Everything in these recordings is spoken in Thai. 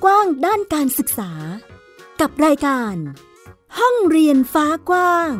กว้างด้านการศึกษากับรายการห้องเรียนฟ้ากว้าง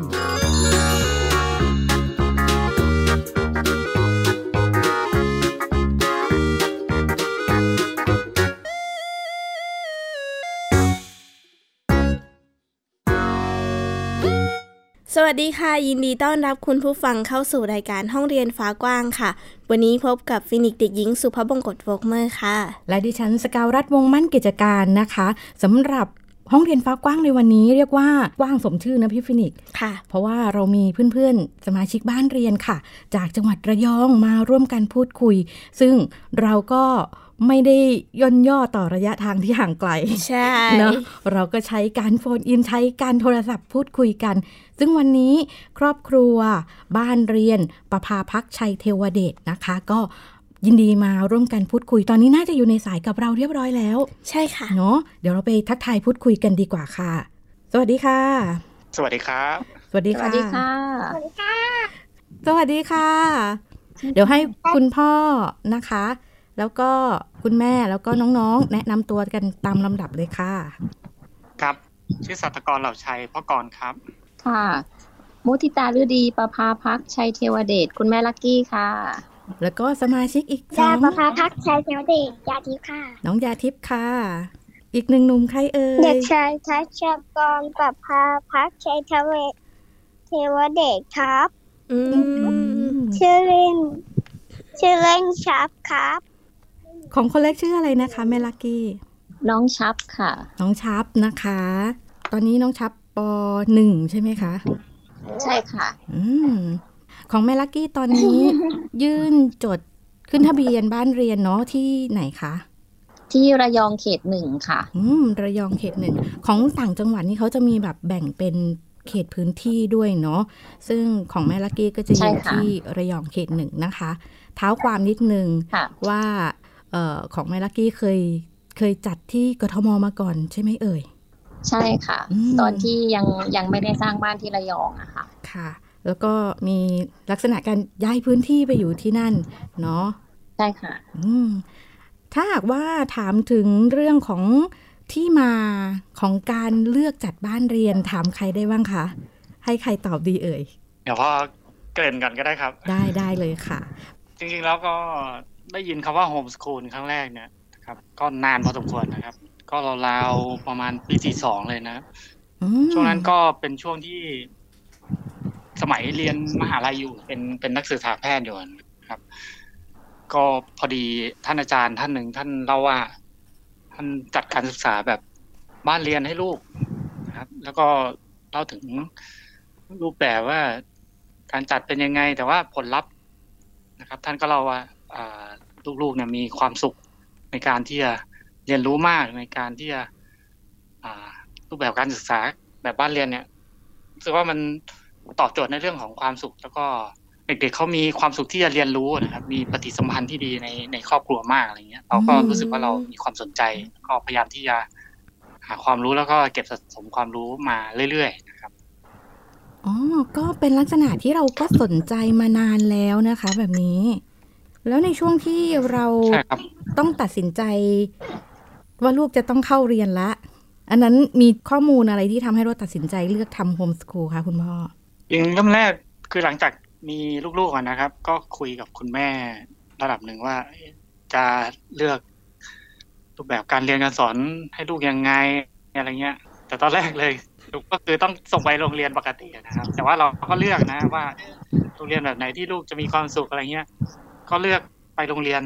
สวัสดีค่ะยินดีต้อนรับคุณผู้ฟังเข้าสู่รายการห้องเรียนฟ้ากว้างค่ะวันนี้พบกับฟินิกซ์เด็กหญิงสุภบงกตโวกเมอร์ค่ะและดิฉันสกาวรัตน์วงมั่นกิจการนะคะสำหรับห้องเรียนฟ้ากว้างในวันนี้เรียกว่ากว้างสมชื่อนะพี่ฟินิกซ์ค่ะเพราะว่าเรามีเพื่อนๆสมาชิกบ้านเรียนค่ะจากจังหวัดระยองมาร่วมกันพูดคุยซึ่งเราก็ไม่ได้ย่นย่อต่อระยะทางที่ห่างไกลใช่เนาะเราก็ใช้การโฟนอินใช้การโทรศัพท์พูดคุยกันซึ่งวันนี้ครอบครัวบ้านเรียนประภาพักชัยเทวเดชนะคะก็ยินดีมาร่วมกันพูดคุยตอนนี้น่าจะอยู่ในสายกับเราเรียบร้อยแล้วใช่ค่ะเนาะเดี๋ยวเราไปทักทายพูดคุยกันดีกว่าค่ะสวัสดีค่ะสวัสดีครับสวัสดีค่ะสวัสดีค่ะสวัสดีค่ะสวัสดีค่ะเดี๋ยวให้คุณพ่อนะคะแล้วก็คุณแม่แล้วก็น้องๆแนะนำตัวกันตามลำดับเลยค่ะครับชื่อสัตกรเหล่าชัยพ่อกรครับค่ะมุทิตาฤดีประภาพักชัยเทวเดชคุณแม่ลักกี้ค่ะแล้วก็สมาชิกอีก 2ยาประภาพักชัยเทวเดชยาทิพย์ค่ะน้องยาทิพย์ค่ะอีกหนึ่งหนุ่มใครเอ่ยเด็กชายทัชกรประภาพักชัยเทวเดชครับชื่อเล่นชับครับของคนเล็กชื่ออะไรนะคะแม่ลักกี้น้องชับค่ะน้องชับนะคะตอนนี้น้องชับป.1 ใช่ไหมคะใช่ค่ะของแม่ลักกี้ตอนนี้ ยื่นจดขึ้นทะเบียนบ้านเรียนเนาะที่ไหนคะที่ระยองเขต1ค่ะระยองเขต1ของต่างจังหวัดนี่เขาจะมีแบบแบ่งเป็นเขตพื้นที่ด้วยเนาะซึ่งของแม่ลักกี้ก็จะอยู่ที่ระยองเขต1นะคะเท้าความนิดนึงว่าของแม่ลักกี้เคยจัดที่กทมมาก่อนใช่ไหมเอ่ยใช่ค่ะตอนที่ยังไม่ได้สร้างบ้านที่ระยองอะค่ะค่ะแล้วก็มีลักษณะการย้ายพื้นที่ไปอยู่ที่นั่นเนาะใช่ค่ะถ้าหากว่าถามถึงเรื่องของที่มาของการเลือกจัดบ้านเรียนถามใครได้บ้างคะให้ใครตอบดีเอ่ยเดี๋ยวพ่อเกริ่นก่อนก็ได้ครับได้เลยค่ะจริงๆแล้วก็ได้ยินคำว่าโฮมสคูลครั้งแรกเนี่ยครับก็นานพอสมควรนะครับก็ราวๆประมาณปี42เลยนะช่วงนั้นก็เป็นช่วงที่สมัยเรียนมหาลัยอยู่เป็นนักศึกษาแพทย์อยู่ครับก็พอดีท่านอาจารย์ท่านหนึ่งท่านเล่าว่าท่านจัดการศึกษาแบบบ้านเรียนให้ลูกนะครับแล้วก็เล่าถึงรูปแบบว่าการจัดเป็นยังไงแต่ว่าผลลัพธ์นะครับท่านก็เล่าว่าลูกๆเนี่ยมีความสุขในการที่จะเรียนรู้มากในการที่จะรูปแบบการศึกษาแบบบ้านเรียนเนี่ยรู้สึกว่ามันตอบโจทย์ในเรื่องของความสุขแล้วก็เด็กๆเขามีความสุขที่จะเรียนรู้นะครับมีปฏิสัมพันธ์ที่ดีในครอบครัวมากอะไรเงี้ยเราก็รู้สึกว่าเรามีความสนใจก็พยายามที่จะหาความรู้แล้วก็เก็บสะสมความรู้มาเรื่อยๆนะครับก็เป็นลักษณะที่เราก็สนใจมานานแล้วนะคะแบบนี้แล้วในช่วงที่เราต้องตัดสินใจว่าลูกจะต้องเข้าเรียนละอันนั้นมีข้อมูลอะไรที่ทำให้เราตัดสินใจเลือกทำโฮมสคูลคะคุณพ่ออย่างเริ่มแรกคือหลังจากมีลูกๆนะครับก็คุยกับคุณแม่ระดับหนึ่งว่าจะเลือกรูปแบบการเรียนการสอนให้ลูกยังไงอะไรเงี้ยแต่ตอนแรกเลยก็คือต้องส่งไปโรงเรียนปกตินะครับแต่ว่าเราก็เลือกนะว่าโรงเรียนแบบไหนที่ลูกจะมีความสุขอะไรเงี้ยก็เลือกไปโรงเรียน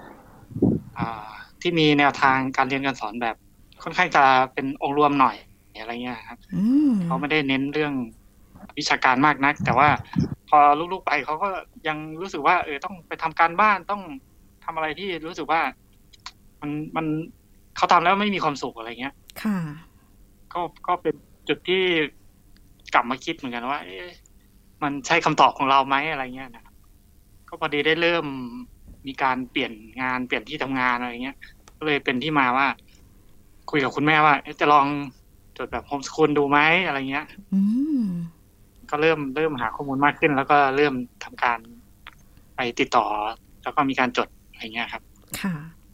ที่มีแนวทางการเรียนการสอนแบบค่อนข้างจะเป็นองค์รวมหน่อยอะไรเงี้ยครับเขาไม่ได้เน้นเรื่องวิชาการมากนักแต่ว่าพอลูกๆไปเขาก็ยังรู้สึกว่าต้องไปทำการบ้านต้องทำอะไรที่รู้สึกว่ามันเขาทำแล้วไม่มีความสุขอะไรเงี้ยค่ะก็เป็นจุดที่กลับมาคิดเหมือนกันว่ามันใช่คำตอบของเราไหมอะไรเงี้ยนะก็พอดีได้เริ่มมีการเปลี่ยนงานเปลี่ยนที่ทำงานอะไรเงี้ยก็เลยเป็นที่มาว่าคุยกับคุณแม่ว่าจะลองจดแบบโฮมสคูลดูไหมอะไรเงี้ยก็เริ่มหาข้อมูลมากขึ้นแล้วก็เริ่มทำการไปติดต่อแล้วก็มีการจดอะไรเงี้ยครับค่ะ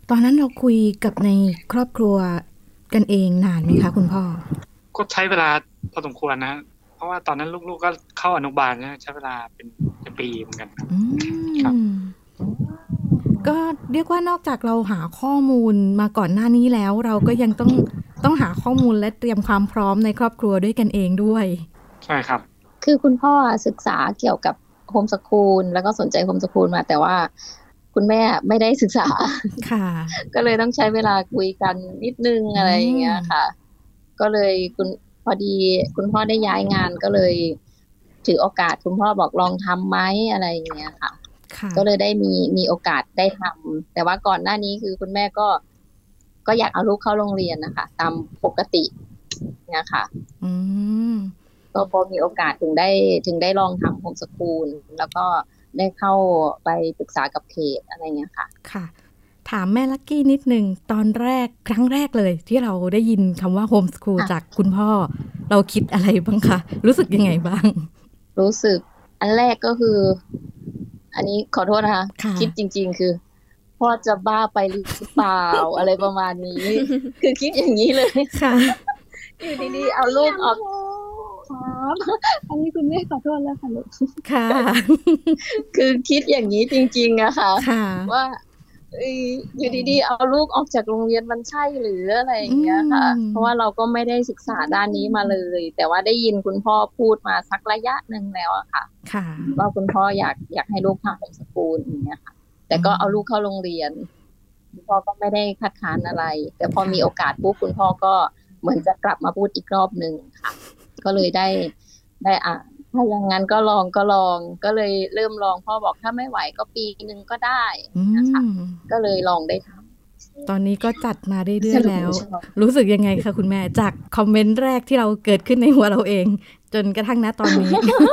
ตอนนั้นเราคุยกับในครอบครัวกันเองนานไหมคะคุณพ่อก็ใช้เวลาพอสมควรนะเพราะว่าตอนนั้นลูกๆก็เข้าอนุบาลนะใช้เวลาเป็นปีเหมือนกันครับก็เรียกว่านอกจากเราหาข้อมูลมาก่อนหน้านี้แล้วเราก็ยังต้องหาข้อมูลและเตรียมความพร้อมในครอบครัวด้วยกันเองด้วยใช่ครับคือคุณพ่อศึกษาเกี่ยวกับโฮมสคูลแล้วก็สนใจโฮมสคูลมาแต่ว่าคุณแม่ไม่ได้ศึกษาค่ะก็เลยต้องใช้เวลาคุยกันนิดนึงอะไรอย่างเงี้ยค่ะก็เลยพอดีคุณพ่อได้ย้ายงานก็เลยถือโอกาสคุณพ่อบอกลองทำไหมอะไรอย่างเงี้ยค่ะก็เลยได้มีโอกาสได้ทำแต่ว่าก่อนหน้านี้คือคุณแม่ก็อยากเอาลูกเข้าโรงเรียนนะคะตามปกติเนี่ยค่ะก็พอมีโอกาสถึงได้ลองทำโฮมสคูลแล้วก็ได้เข้าไปปรึกษากับเขตอะไรเงี้ยค่ะค่ะถามแม่ลักกี้นิดนึงตอนแรกครั้งแรกเลยที่เราได้ยินคำว่าโฮมสคูลจากคุณพ่อเราคิดอะไรบ้างคะรู้สึกยังไงบ้างรู้สึกอันแรกก็คืออันนี้ขอโทษนะคะคิดจริงๆคือพ่อจะบ้าไปหรือเปล่า อะไรประมาณนี้คือคิดอย่างนี้เลยค่ะอยู่ดีๆเอาลูกออกอันนี้คุณแม่ขอโทษแล้วค่ะลูกค่ะคือคิดอย่างนี้จริงๆอะค่ะว่าอยู่ดีๆเอาลูกออกจากโรงเรียนมันใช่หรืออะไรอย่างเงี้ยค่ะเพราะว่าเราก็ไม่ได้ศึกษาด้านนี้มาเลยแต่ว่าได้ยินคุณพ่อพูดมาสักระยะนึงแล้วอะค่ะว่าคุณพ่ออยากให้ลูกผ่านโฮมสคูลอย่างเงี้ยค่ะแต่ก็เอาลูกเข้าโรงเรียนคุณพ่อก็ไม่ได้คัดค้านอะไรแต่พอมีโอกาสปุ๊บคุณพ่อก็เหมือนจะกลับมาพูดอีกรอบนึงค่ะก็เลยได้ถ้าอย่างนั้นก็ลองก็เลยเริ่มลองพ่อบอกถ้าไม่ไหวก็ปีนึงก็ได้นะคะก็เลยลองได้ทำตอนนี้ก็จัดมาเรื่อยๆแล้วรู้สึกยังไงคะคุณแม่จากคอมเมนต์แรกที่เราเกิดขึ้นในหัวเราเองจนกระทั่งณตอนนี้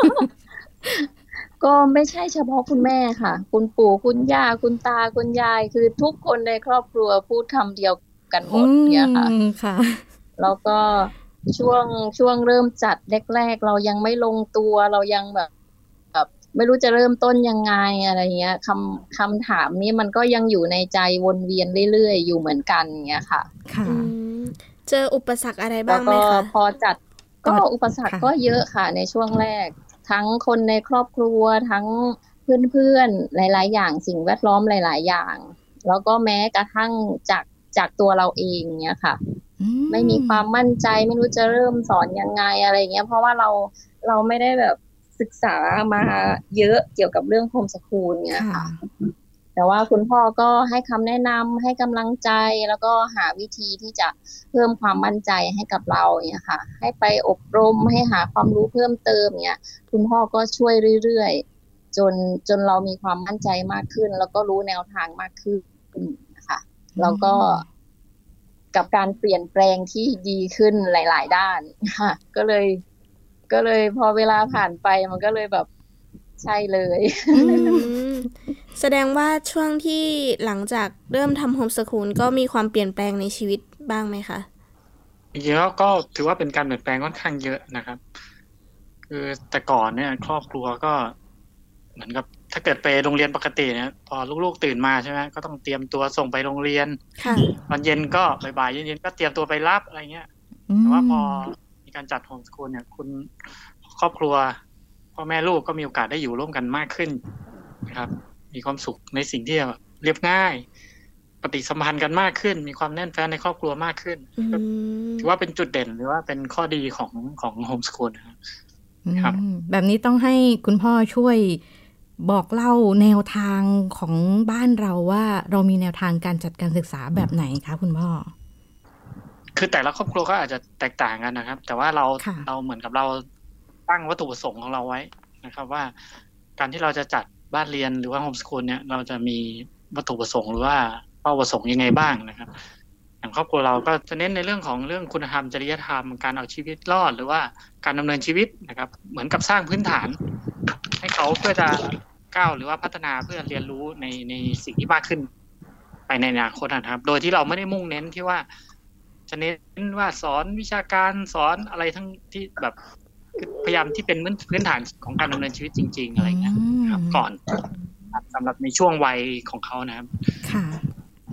ก็ไม่ใช่เฉพาะคุณแม่ค่ะคุณปู่คุณย่าคุณตาคุณยายคือทุกคนในครอบครัวพูดคำเดียวกันหมดเนี่ยค่ะแล้วก็ช่วงเริ่มจัดแรกๆเรายังไม่ลงตัวเรายังแบบไม่รู้จะเริ่มต้นยังไงอะไรเงี้ยคำถามนี้มันก็ยังอยู่ในใจวนเวียนเรื่อยๆอยู่เหมือนกันเงี้ยค่ะเจออุปสรรคอะไรบ้างไหมคะพอจัดก็อุปสรรคก็เยอะค่ะในช่วงแรกทั้งคนในครอบครัวทั้งเพื่อนๆหลายๆอย่างสิ่งแวดล้อมหลายๆอย่างแล้วก็แม้กระทั่งจากตัวเราเองเนี้ยค่ะไม่มีความมั่นใจไม่รู้จะเริ่มสอนยังไงอะไรเงี้ยเพราะว่าเราไม่ได้แบบศึกษามาเยอะเกี่ยวกับเรื่องโฮมสคูลเนี้ยค่ะแต่ว่าคุณพ่อก็ให้คำแนะนำให้กำลังใจแล้วก็หาวิธีที่จะเพิ่มความมั่นใจให้กับเราเนี่ยค่ะให้ไปอบรมให้หาความรู้เพิ่มเติมเนี่ยคุณพ่อก็ช่วยเรื่อยๆจนเรามีความมั่นใจมากขึ้นแล้วก็รู้แนวทางมากขึ้นนะคะแล้วก็กับการเปลี่ยนแปลงที่ดีขึ้นหลายๆด้านค่ะก็เลยพอเวลาผ่านไปมันก็เลยแบบใช่เลยแสดงว่าช่วงที่หลังจากเริ่มทำโฮมสคูลก็มีความเปลี่ยนแปลงในชีวิตบ้างไหมคะจริงๆแล้วก็ถือว่าเป็นการเปลี่ยนแปลงค่อนข้างเยอะนะครับคือแต่ก่อนเนี่ยครอบครัวก็เหมือนกับถ้าเกิดไปโรงเรียนปกติเนี่ยพอลูกๆตื่นมาใช่ไหมก็ต้องเตรียมตัวส่งไปโรงเรียนตอนเย็นก็บ่ายๆเย็นๆก็เตรียมตัวไปรับอะไรเงี้ยแต่ว่าพอมีการจัดโฮมสคูลเนี่ยคุณครอบครัวพ่อแม่ลูกก็มีโอกาสได้อยู่ร่วมกันมากขึ้นนะครับมีความสุขในสิ่งที่เรียบง่ายปฏิสัมพันธ์กันมากขึ้นมีความแน่นแฟ้นในครอบครัวมากขึ้นถือว่าเป็นจุดเด่นหรือว่าเป็นข้อดีของโฮมสคูลนะครับแบบนี้ต้องให้คุณพ่อช่วยบอกเล่าแนวทางของบ้านเราว่าเรามีแนวทางการจัดการศึกษาแบบไหนคะคุณพ่อคือแต่ละครอบครัวก็อาจจะแตกต่างกันนะครับแต่ว่าเราเหมือนกับเราตั้งวัตถุประสงค์ของเราไว้นะครับว่าการที่เราจะจัดบ้านเรียนหรือว่าโฮมสคูลเนี่ยเราจะมีวัตถุประสงค์หรือว่าเป้าประสงค์ยังไงบ้างนะครับอย่างครอบครัวเราก็จะเน้นในเรื่องของเรื่องคุณธรรมจริยธรรมการเอาชีวิตรอดหรือว่าการดำเนินชีวิตนะครับเหมือนกับสร้างพื้นฐานให้เขาเพื่อจะก้าวหรือว่าพัฒนาเพื่อเรียนรู้ในสิ่งที่มากขึ้นไปในอนาคตนะครับโดยที่เราไม่ได้มุ่งเน้นที่ว่าจะเน้นว่าสอนวิชาการสอนอะไรทั้งที่แบบพยายามที่เป็นพื้นฐานของการดำเนินชีวิตจริงๆอะไรเงี้ยครับก่อนสำหรับในช่วงวัยของเขานะครับค่ะ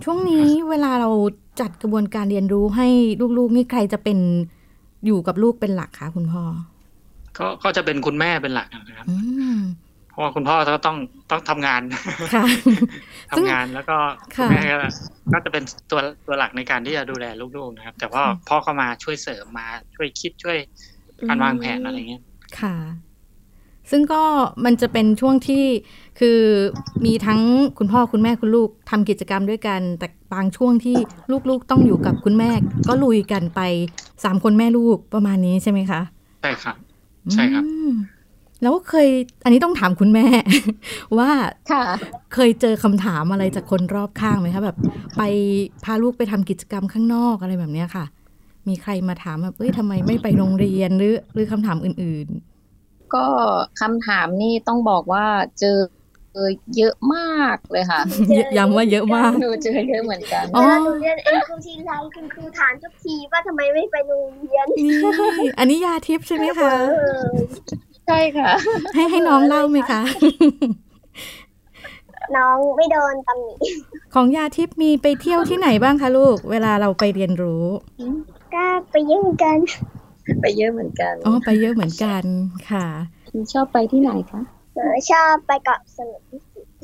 ช่วงนี้เวลาเราจัดกระบวนการเรียนรู้ให้ลูกๆนี่ใครจะเป็นอยู่กับลูกเป็นหลักคะคุณพ่อก็จะเป็นคุณแม่เป็นหลักนะครับเพราะว่าคุณพ่อต้องทำงานทำงานแล้วก็คุณแม่ก็จะเป็นตัวหลักในการที่จะดูแลลูกๆนะครับแต่ว่าพ่อก็มาช่วยเสริมมาช่วยคิดช่วยการวางแผนอะไรเงี้ยค่ะซึ่งก็มันจะเป็นช่วงที่คือมีทั้งคุณพ่อคุณแม่คุณลูกทำกิจกรรมด้วยกันแต่บางช่วงที่ลูกๆต้องอยู่กับคุณแม่ก็ลุยกันไป3คนแม่ลูกประมาณนี้ใช่ไหมคะใช่ครับใช่ครับแล้วอันนี้ต้องถามคุณแม่ ว่าเคยเจอคำถามอะไรจากคนรอบข้างไหมคะแบบไปพาลูกไปทำกิจกรรมข้างนอกอะไรแบบนี้ค่ะมีใครมาถามแบบทำไมไม่ไปโรงเรียนหรือคำถามอื่นๆก็คำถามนี่ต้องบอกว่าเจอเยอะมากเลยค่ะย้ำว่าเยอะมากหนูเจอเยอะเหมือนกันหนูเรียนเอ็นครูทีไรคุณครูถามทุกทีว่าทำไมไม่ไปโรงเรียนอันนี้ยาทิพย์ใช่ไหมคะใช่ค่ะให้น้องเล่าไหมคะน้องไม่โดนตำหนิของยาทิพย์มีไปเที่ยวที่ไหนบ้างคะลูกเวลาเราไปเรียนรู้ก็ไปเยอะเหมือนกันไปเยอะเหมือนกันอ๋อไปเยอะเหมือนกันค่ะชอบไปที่ไหนคะชอบไปเกาะสมุย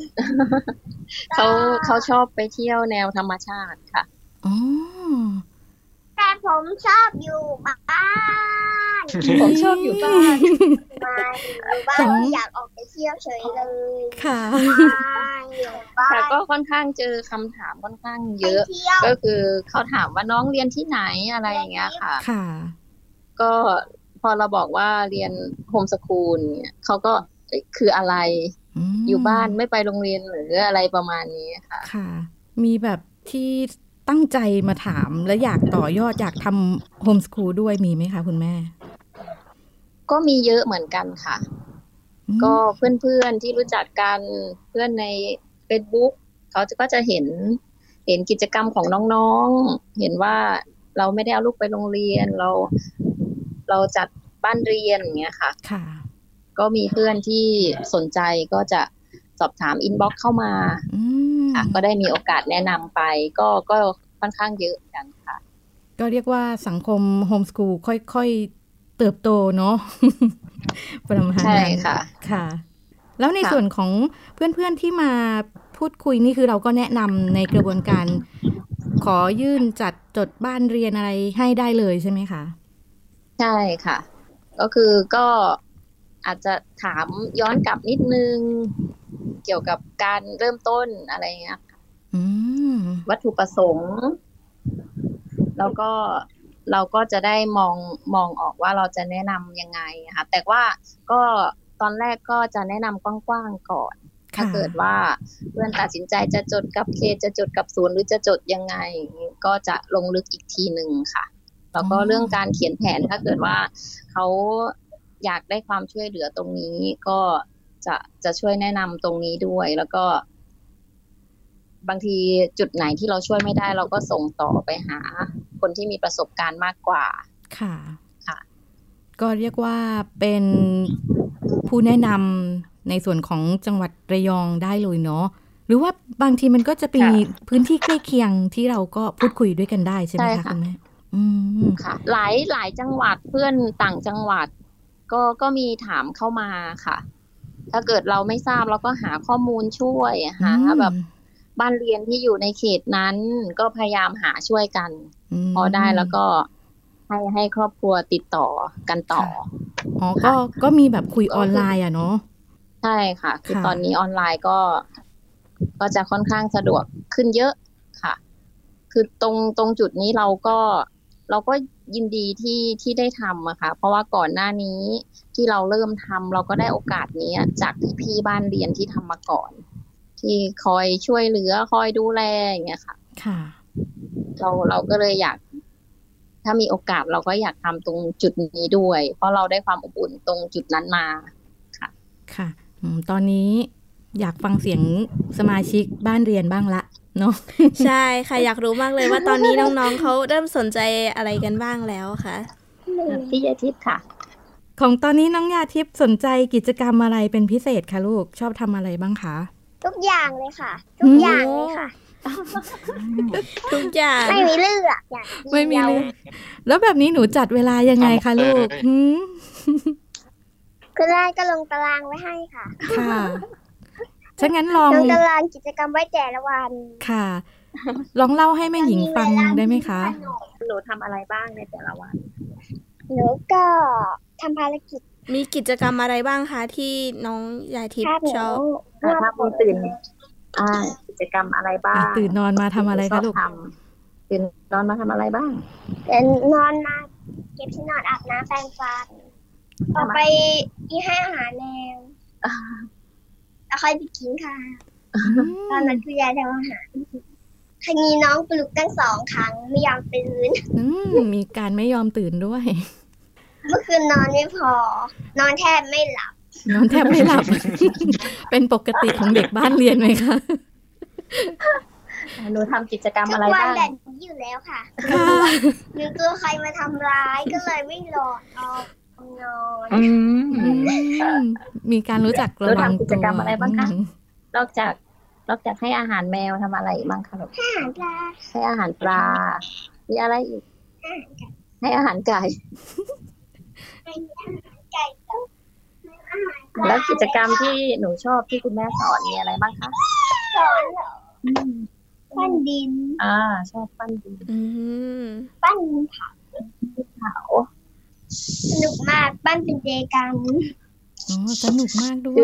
เขาชอบไปเที่ยวแนวธรรมชาติค่ะอ๋อแต่ผมชอบอยู่บ้านผมชอบอยู่บ้านอยากออกไปเที่ยวเฉยเลยค่ะแต่ก็ค่อนข้างเจอคำถามค่อนข้างเยอะก็คือเขาถามว่าน้องเรียนที่ไหนอะไรอย่างเงี้ยค่ะค่ะก็พอเราบอกว่าเรียนโฮมสคูลเนี่ยเขาก็คืออะไรอยู่บ้านไม่ไปโรงเรียนหรืออะไรประมาณนี้ค่ะค่ะมีแบบที่ตั้งใจมาถามและอยากต่อยอดอยากทำโฮมสคูลด้วยมีไหมคะคุณแม่ก็มีเยอะเหมือนกันค่ะก็เพื่อนๆที่รู้จักกันเพื่อนใน Facebook เขาก็จะเห็นกิจกรรมของน้องๆเห็นว่าเราไม่ได้เอาลูกไปโรงเรียนเราจัดบ้านเรียนอย่างเงี้ยค่ะค่ะก็มีเพื่อนที่สนใจก็จะสอบถามอินบ็อกซ์เข้ามาค่ะก็ได้มีโอกาสแนะนำไปก็ค่อนข้างเยอะกันค่ะก็เรียกว่าสังคมโฮมสคูลค่อยๆเติบโตเนาะประมาณนั้นใช่ค่ะค่ะแล้วในส่วนของเพื่อนๆที่มาพูดคุยนี่คือเราก็แนะนำในกระบวนการขอยื่นจัดจดบ้านเรียนอะไรให้ได้เลยใช่ไหมคะใช่ค่ะก็คือก็อาจจะถามย้อนกลับนิดนึงเกี่ยวกับการเริ่มต้นอะไรเงี้ยค่ะวัตถุประสงค์แล้วก็เราก็จะได้มองออกว่าเราจะแนะนำยังไงค่ะแต่ว่าก็ตอนแรกก็จะแนะนำกว้างๆก่อนถ้าเกิดว่าเพื่อนตัดสินใจจะจดกับเคจะจดกับศูนย์หรือจะจดยังไงก็จะลงลึกอีกทีนึงค่ะแล้วก็เรื่องการเขียนแผนถ้าเกิดว่าเขาอยากได้ความช่วยเหลือตรงนี้ก็จะช่วยแนะนำตรงนี้ด้วยแล้วก็บางทีจุดไหนที่เราช่วยไม่ได้เราก็ส่งต่อไปหาคนที่มีประสบการณ์มากกว่าค่ะค่ะก็เรียกว่าเป็นผู้แนะนำในส่วนของจังหวัดระยองได้เลยเนาะหรือว่าบางทีมันก็จะมีพื้นที่ใกล้เคียงที่เราก็พูดคุยด้วยกันได้ใช่ไหมคะคุณแม่ค่ะหลายจังหวัดเพื่อนต่างจังหวัดก็มีถามเข้ามาค่ะถ้าเกิดเราไม่ทราบเราก็หาข้อมูลช่วยหาแบบบ้านเรียนที่อยู่ในเขตนั้นก็พยายามหาช่วยกันพอได้แล้วก็ให้ครอบครัวติดต่อกันต่ออ๋อก็มีแบบคุยออนไลน์อ่ะเนาะใช่ค่ะคือตอนนี้ออนไลน์ก็จะค่อนข้างสะดวกขึ้นเยอะค่ะคือตรงจุดนี้เราก็ยินดีที่ได้ทำอะค่ะเพราะว่าก่อนหน้านี้ที่เราเริ่มทำเราก็ได้โอกาสนี้จากพี่บ้านเรียนที่ทำมาก่อนที่คอยช่วยเหลือคอยดูแลอย่างเงี้ยค่ะค่ะเราก็เลยอยากถ้ามีโอกาสเราก็อยากทำตรงจุดนี้ด้วยเพราะเราได้ความอบอุ่นตรงจุดนั้นมาค่ะค่ะตอนนี้อยากฟังเสียงสมาชิกบ้านเรียนบ้างละเนาะใช่ค่ะอยากรู้มากเลยว่าตอนนี้น้องๆเขาเริ่มสนใจอะไรกันบ้างแล้วค่ะพี่ยาทิพย์ค่ะของตอนนี้น้องยาทิพย์สนใจกิจกรรมอะไรเป็นพิเศษคะลูกชอบทำอะไรบ้างคะทุกอย่างเลยค่ะทุกอย่างเลยค่ะทุกอย่างไม่มีเลือกไม่มีเลือกแล้วแบบนี้หนูจัดเวลายังไงคะลูกคือแรกก็ลงตารางไว้ให้ค่ะค่ะฉะนั้นลองตารางกิจกรรมไว้แต่ละวันค่ะลองเล่าให้แม่หญิงฟังได้ไหมคะหนูทำอะไรบ้างในแต่ละวันหนูก็ทำภารกิจมีกิจกรรมอะไรบ้างคะที่น้องยายทิพย์ชอบถ้าคุณตื่นกิจกรรมอะไรบ้างตื่นนอนมาทำอะไรคะลูกตื่นนอนมาทำอะไรบ้างนอนมาเก็บที่นอนอาบน้ำแปรงฟันออกไปให้อาหารแมวแล้วค่อยไปกินค่ะตอนนั้นคือยายทำอาหารเคยมีน้องปลุกตั้ง2 ครั้งไม่ยอมตื่นมีการไม่ยอมตื่นด้วยเมื่อคืนนอนไม่พอนอนแทบไม่หลับเป็นปกติของเด็กบ้านเรียนไหมคะหนูทำกิจกรรมอะไรบ้างทุกวันแบบนี้อยู่แล้วค่ะหนูกลัวใครมาทำร้ายก็เลยไม่รอนอนมีการรู้จักระวังกิจกรรมอะไรบ้างคะนอกจากให้อาหารแมวทำอะไรบ้างคะลูกให้อาหารปลามีอะไรอีกให้อาหารไก่แล้วกิจกรรมที่หนูชอบที่คุณแม่สอนมีอะไรบ้างคะสอนเหรอปั้นดินชอบปั้นดินปั้นดินเผาสนุกมากปั้นเป็นเจกันสนุกมากด้วย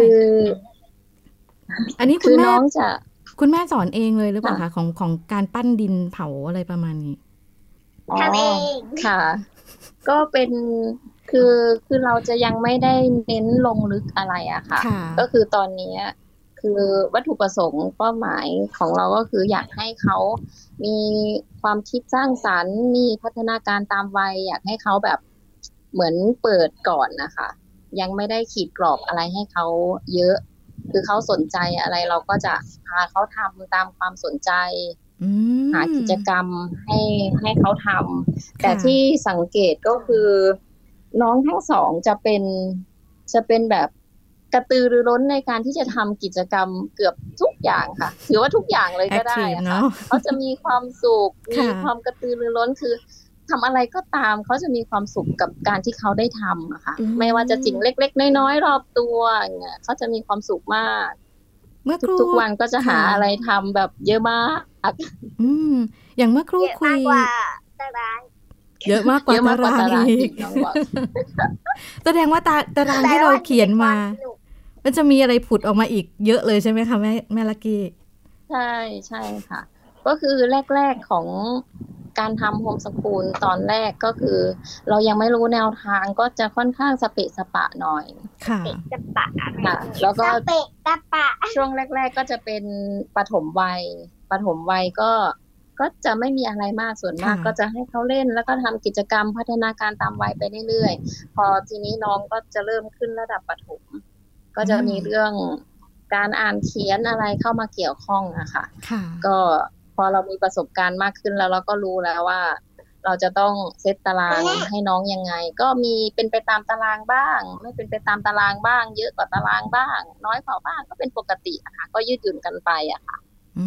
อันนี้คุณแม่สอนเองเลยหรือเปล่าคะของการปั้นดินเผาอะไรประมาณนี้ทำเองค่ะก็เป็นคือเราจะยังไม่ได้เน้นลงลึกอะไรอะค่ะก็คือตอนนี้คือวัตถุประสงค์เป้าหมายของเราก็คืออยากให้เขามีความคิดสร้างสรรค์มีพัฒนาการตามวัยอยากให้เขาแบบเหมือนเปิดก่อนนะคะยังไม่ได้ขีดกรอบอะไรให้เขาเยอะคือเขาสนใจอะไรเราก็จะพาเขาทำตามความสนใจหากิจกรรมให้เขาทำแต่ที่สังเกตก็คือน้องทั้งสองจะเป็นแบบกระตือรือร้นในการที่จะทำกิจกรรมเกือบทุกอย่างค่ะถือว่าทุกอย่างเลยก็ได้ค่ะเขาจะมีความสุขมีความกระตือรือร้นคือทำอะไรก็ตามเขาจะมีความสุขกับการที่เขาได้ทำอะค่ะไม่ว่าจะสิ่งเล็กๆน้อยๆรอบตัวอย่างเงี้ยเขาจะมีความสุขมากเมื่อครูทุกวันก็จะหาอะไรทำแบบเยอะมากอย่างเมื่อครูคุยเยอะมากกว่าตารางอีกแสดงว่าตารางที่เราเขียนมามันจะมีอะไรผุดออกมาอีกเยอะเลยใช่ไหมคะแม่ลักกี้ใช่ค่ะก็คือแรกๆของการทำโฮมสคูลตอนแรกก็คือเรายังไม่รู้แนวทางก็จะค่อนข้างสเปะสปะหน่อยค่ะค่ะแล้วก็ช่วงแรกๆก็จะเป็นปฐมวัยก็จะไม่มีอะไรมากส่วนมากก็จะให้เขาเล่นแล้วก็ทำกิจกรรมพัฒนาการตามวัยไปเรื่อยๆพอทีนี้น้องก็จะเริ่มขึ้นระดับประถมก็จะมีเรื่องการอ่านเขียนอะไรเข้ามาเกี่ยวข้องอะค่ะก็พอเรามีประสบการณ์มากขึ้นแล้วเราก็รู้แล้วว่าเราจะต้องเซตตารางให้น้องยังไงก็มีเป็นไปตามตารางบ้างไม่เป็นไปตามตารางบ้างเยอะกว่าตารางบ้างน้อยกว่าบ้างก็เป็นปกติอะค่ะก็ยืดหยุ่นกันไปอะค่ะ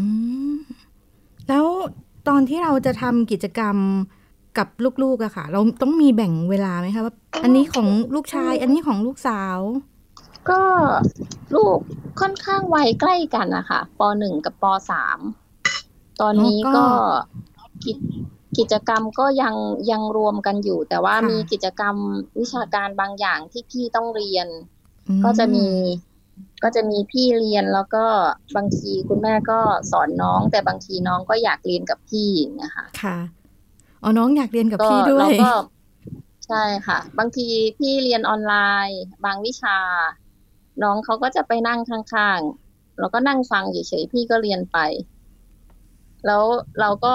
แล้วตอนที่เราจะทำกิจกรรมกับลูกๆอะค่ะเราต้องมีแบ่งเวลาไหมคะว่าอันนี้ของลูกชายอันนี้ของลูกสาวก็ลูกค่อนข้างวัยใกล้กันนะคะป.1 กับป.3ตอนนี้ก็กิจกรรมก็ยังรวมกันอยู่แต่ว่ามีกิจกรรมวิชาการบางอย่างที่พี่ต้องเรียนก็จะมีพี่เรียนแล้วก็บางทีคุณแม่ก็สอนน้องแต่บางทีน้องก็อยากเรียนกับพี่นะคะค่ะอ๋อน้องอยากเรียนกับพี่ด้วยใช่ค่ะบางทีพี่เรียนออนไลน์บางวิชาน้องเขาก็จะไปนั่งข้างๆแล้วก็นั่งฟังเฉยๆพี่ก็เรียนไปแล้วเราก็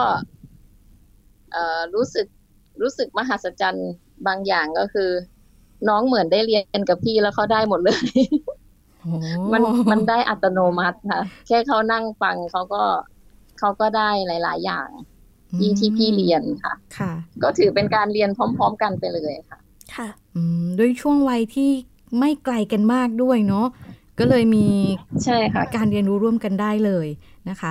รู้สึกมหัศจรรย์บางอย่างก็คือน้องเหมือนได้เรียนกับพี่แล้วเขาได้หมดเลยมันได้อัตโนมัติค่ะแค่เขานั่งฟังเขาก็ได้หลายๆอย่างที่พี่เรียนค่ะก็ถือเป็นการเรียนพร้อมๆกันไปเลยค่ะค่ะด้วยช่วงวัยที่ไม่ไกลกันมากด้วยเนาะก็เลยมีใช่ค่ะการเรียนรู้ร่วมกันได้เลยนะคะ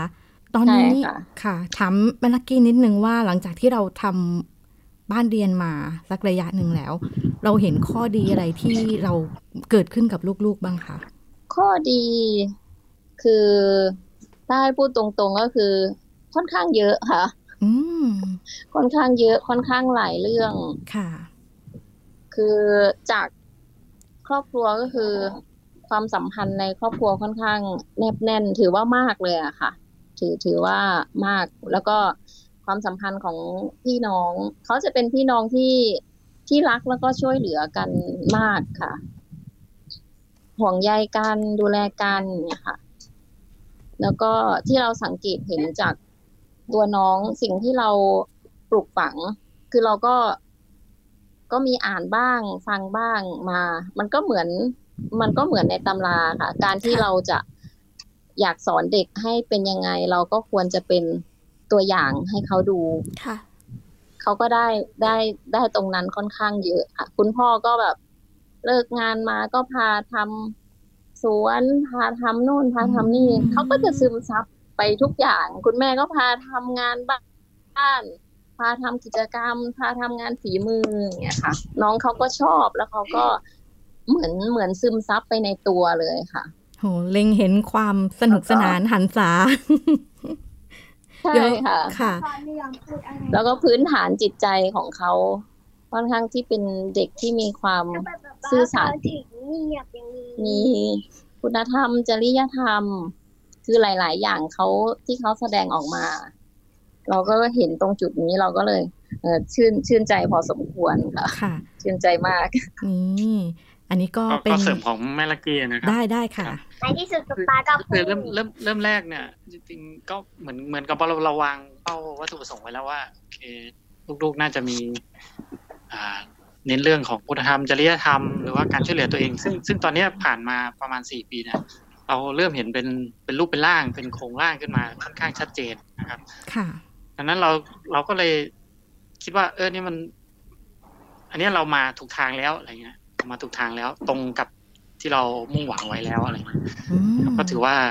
ตอนนี้ค่ะถามแม่ลักกี้นิดนึงว่าหลังจากที่เราทำบ้านเรียนมาสักระยะหนึ่งแล้วเราเห็นข้อดีอะไรที่เราเกิดขึ้นกับลูกๆบ้างคะข้อดีคือถ้าให้พูดตรงๆก็คือค่อนข้างเยอะค่ะค่อนข้างเยอะค่อนข้างหลายเรื่องค่ะคือจากครอบครัวก็คือความสัมพันธ์ในครอบครัวค่อนข้างแนบแน่นถือว่ามากเลยอะค่ะถือว่ามากแล้วก็ความสัมพันธ์ของพี่น้องเขาจะเป็นพี่น้องที่รักแล้วก็ช่วยเหลือกันมากค่ะห่วงใยกันดูแลกันเนี่ยค่ะแล้วก็ที่เราสังเกตเห็นจากตัวน้องสิ่งที่เราปลูกฝังคือเราก็มีอ่านบ้างฟังบ้างมามันก็เหมือนในตำราค่ะการที่เราจะอยากสอนเด็กให้เป็นยังไงเราก็ควรจะเป็นตัวอย่างให้เขาดูค่ะเขาก็ได้ตรงนั้นค่อนข้างเยอะค่ะคุณพ่อก็แบบเลิกงานมาก็พาทำสวนพาทำนู่นพาทำนี่เขาก็จะซึมซับไปทุกอย่างคุณแม่ก็พาทำงานบ้านพาทำกิจกรรมพาทำงานฝีมืออย่างเงี้ยค่ะน้องเขาก็ชอบแล้วเขาก็เหมือนซึมซับไปในตัวเลยค่ะโหเล็งเห็นความสนุกสนานหันษาใช่ค่ะค่ะแล้วก็พื้นฐานจิตใจของเขาค่อนข้างที่เป็นเด็กที่มีความซื่อสัตย์มีคุณธรรมจริยธรรมคือหลายๆอย่างเขาที่เขาแสดงออกมาเราก็เห็นตรงจุดนี้เราก็เลยชื่นใจพอสมควรค่ะชื่นใจมากนี่อันนี้ก็เป็นเสริมของแม่ลักกี้นะครับได้ค่ะในที่สุดตุ๊กตาก็คือเริ่มแรกเนี่ยจริงๆก็เหมือนกับเราวางเป้าวัตถุประสงค์ไว้แล้วว่าโอเคลูกๆน่าจะมีเน้นเรื่องของคุณธรรมจริยธรรมหรือว่าการช่วยเหลือตัวเองซึ่งตอนนี้ผ่านมาประมาณ4 ปีเนี่ยเราเริ่มเห็นเป็นรูปเป็นร่างเป็นโครงร่างขึ้นมาค่อนข้างชัดเจนนะครับค่ะดังนั้นเราก็เลยคิดว่านี่มันอันนี้เรามาถูกทางแล้วอะไรเงี้ยมาถูกทางแล้วตรงกับที่เรามุ่งหวังไว้แล้วอะไรเงี้ยก็ถือว่า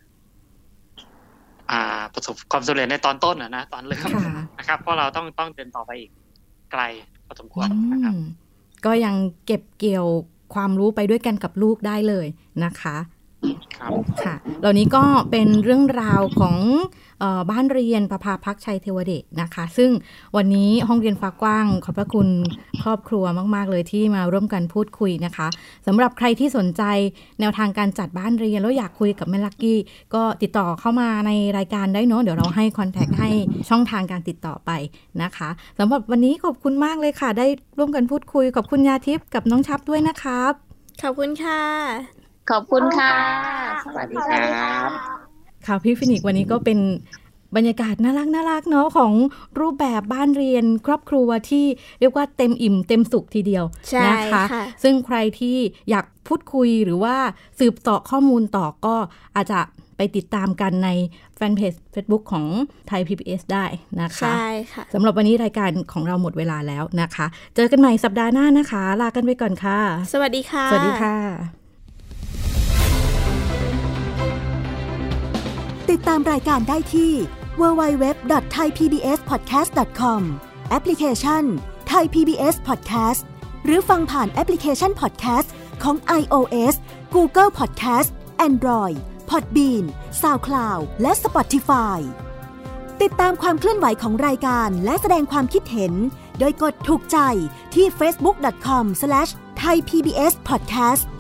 ประสบความสำเร็จในตอนต้นนะตอนเริ่มนะครับเพราะเราต้องเดินต่อไปอีกไกลพอสมควรนะครับก็ยังเก็บเกี่ยวความรู้ไปด้วยกันกับลูกได้เลยนะคะค่ะเหล่านี้ก็เป็นเรื่องราวของบ้านเรียนประภาพักชัยเทวเดชนะคะซึ่งวันนี้ห้องเรียนฟ้ากว้างขอบพระคุณครอบครัวมากๆเลยที่มาร่วมกันพูดคุยนะคะสำหรับใครที่สนใจแนวทางการจัดบ้านเรียนแล้วอยากคุยกับแม่ลักกี้ก็ติดต่อเข้ามาในรายการได้เนาะเดี๋ยวเราให้คอนแทคให้ช่องทางการติดต่อไปนะคะสำหรับวันนี้ขอบคุณมากเลยค่ะได้ร่วมกันพูดคุยขอบคุณยาทิพย์กับน้องชับด้วยนะครับขอบคุณค่ะขอบคุณค่ะสวัสดีค่ะค่ะพี่ฟินิกวันนี้ก็เป็นบรรยากาศน่ารักเนาะของรูปแบบบ้านเรียนครอบครัวที่เรียกว่าเต็มอิ่มเต็มสุขทีเดียวนะคะซึ่งใครที่อยากพูดคุยหรือว่าสืบเสาะข้อมูลต่อก็อาจจะไปติดตามกันในแฟนเพจ Facebook ของไทย PBS ได้นะคะใช่ค่ะสำหรับวันนี้รายการของเราหมดเวลาแล้วนะคะเจอกันใหม่สัปดาห์หน้านะคะลากันไปก่อนค่ะสวัสดีค่ะสวัสดีค่ะติดตามรายการได้ที่ www.thaipbspodcast.com แอปพลิเคชัน Thai PBS Podcast หรือฟังผ่านแอปพลิเคชัน Podcast ของ iOS Google Podcast Android Podbean SoundCloud และ Spotify ติดตามความเคลื่อนไหวของรายการและแสดงความคิดเห็นโดยกดถูกใจที่ facebook.com/thaipbspodcast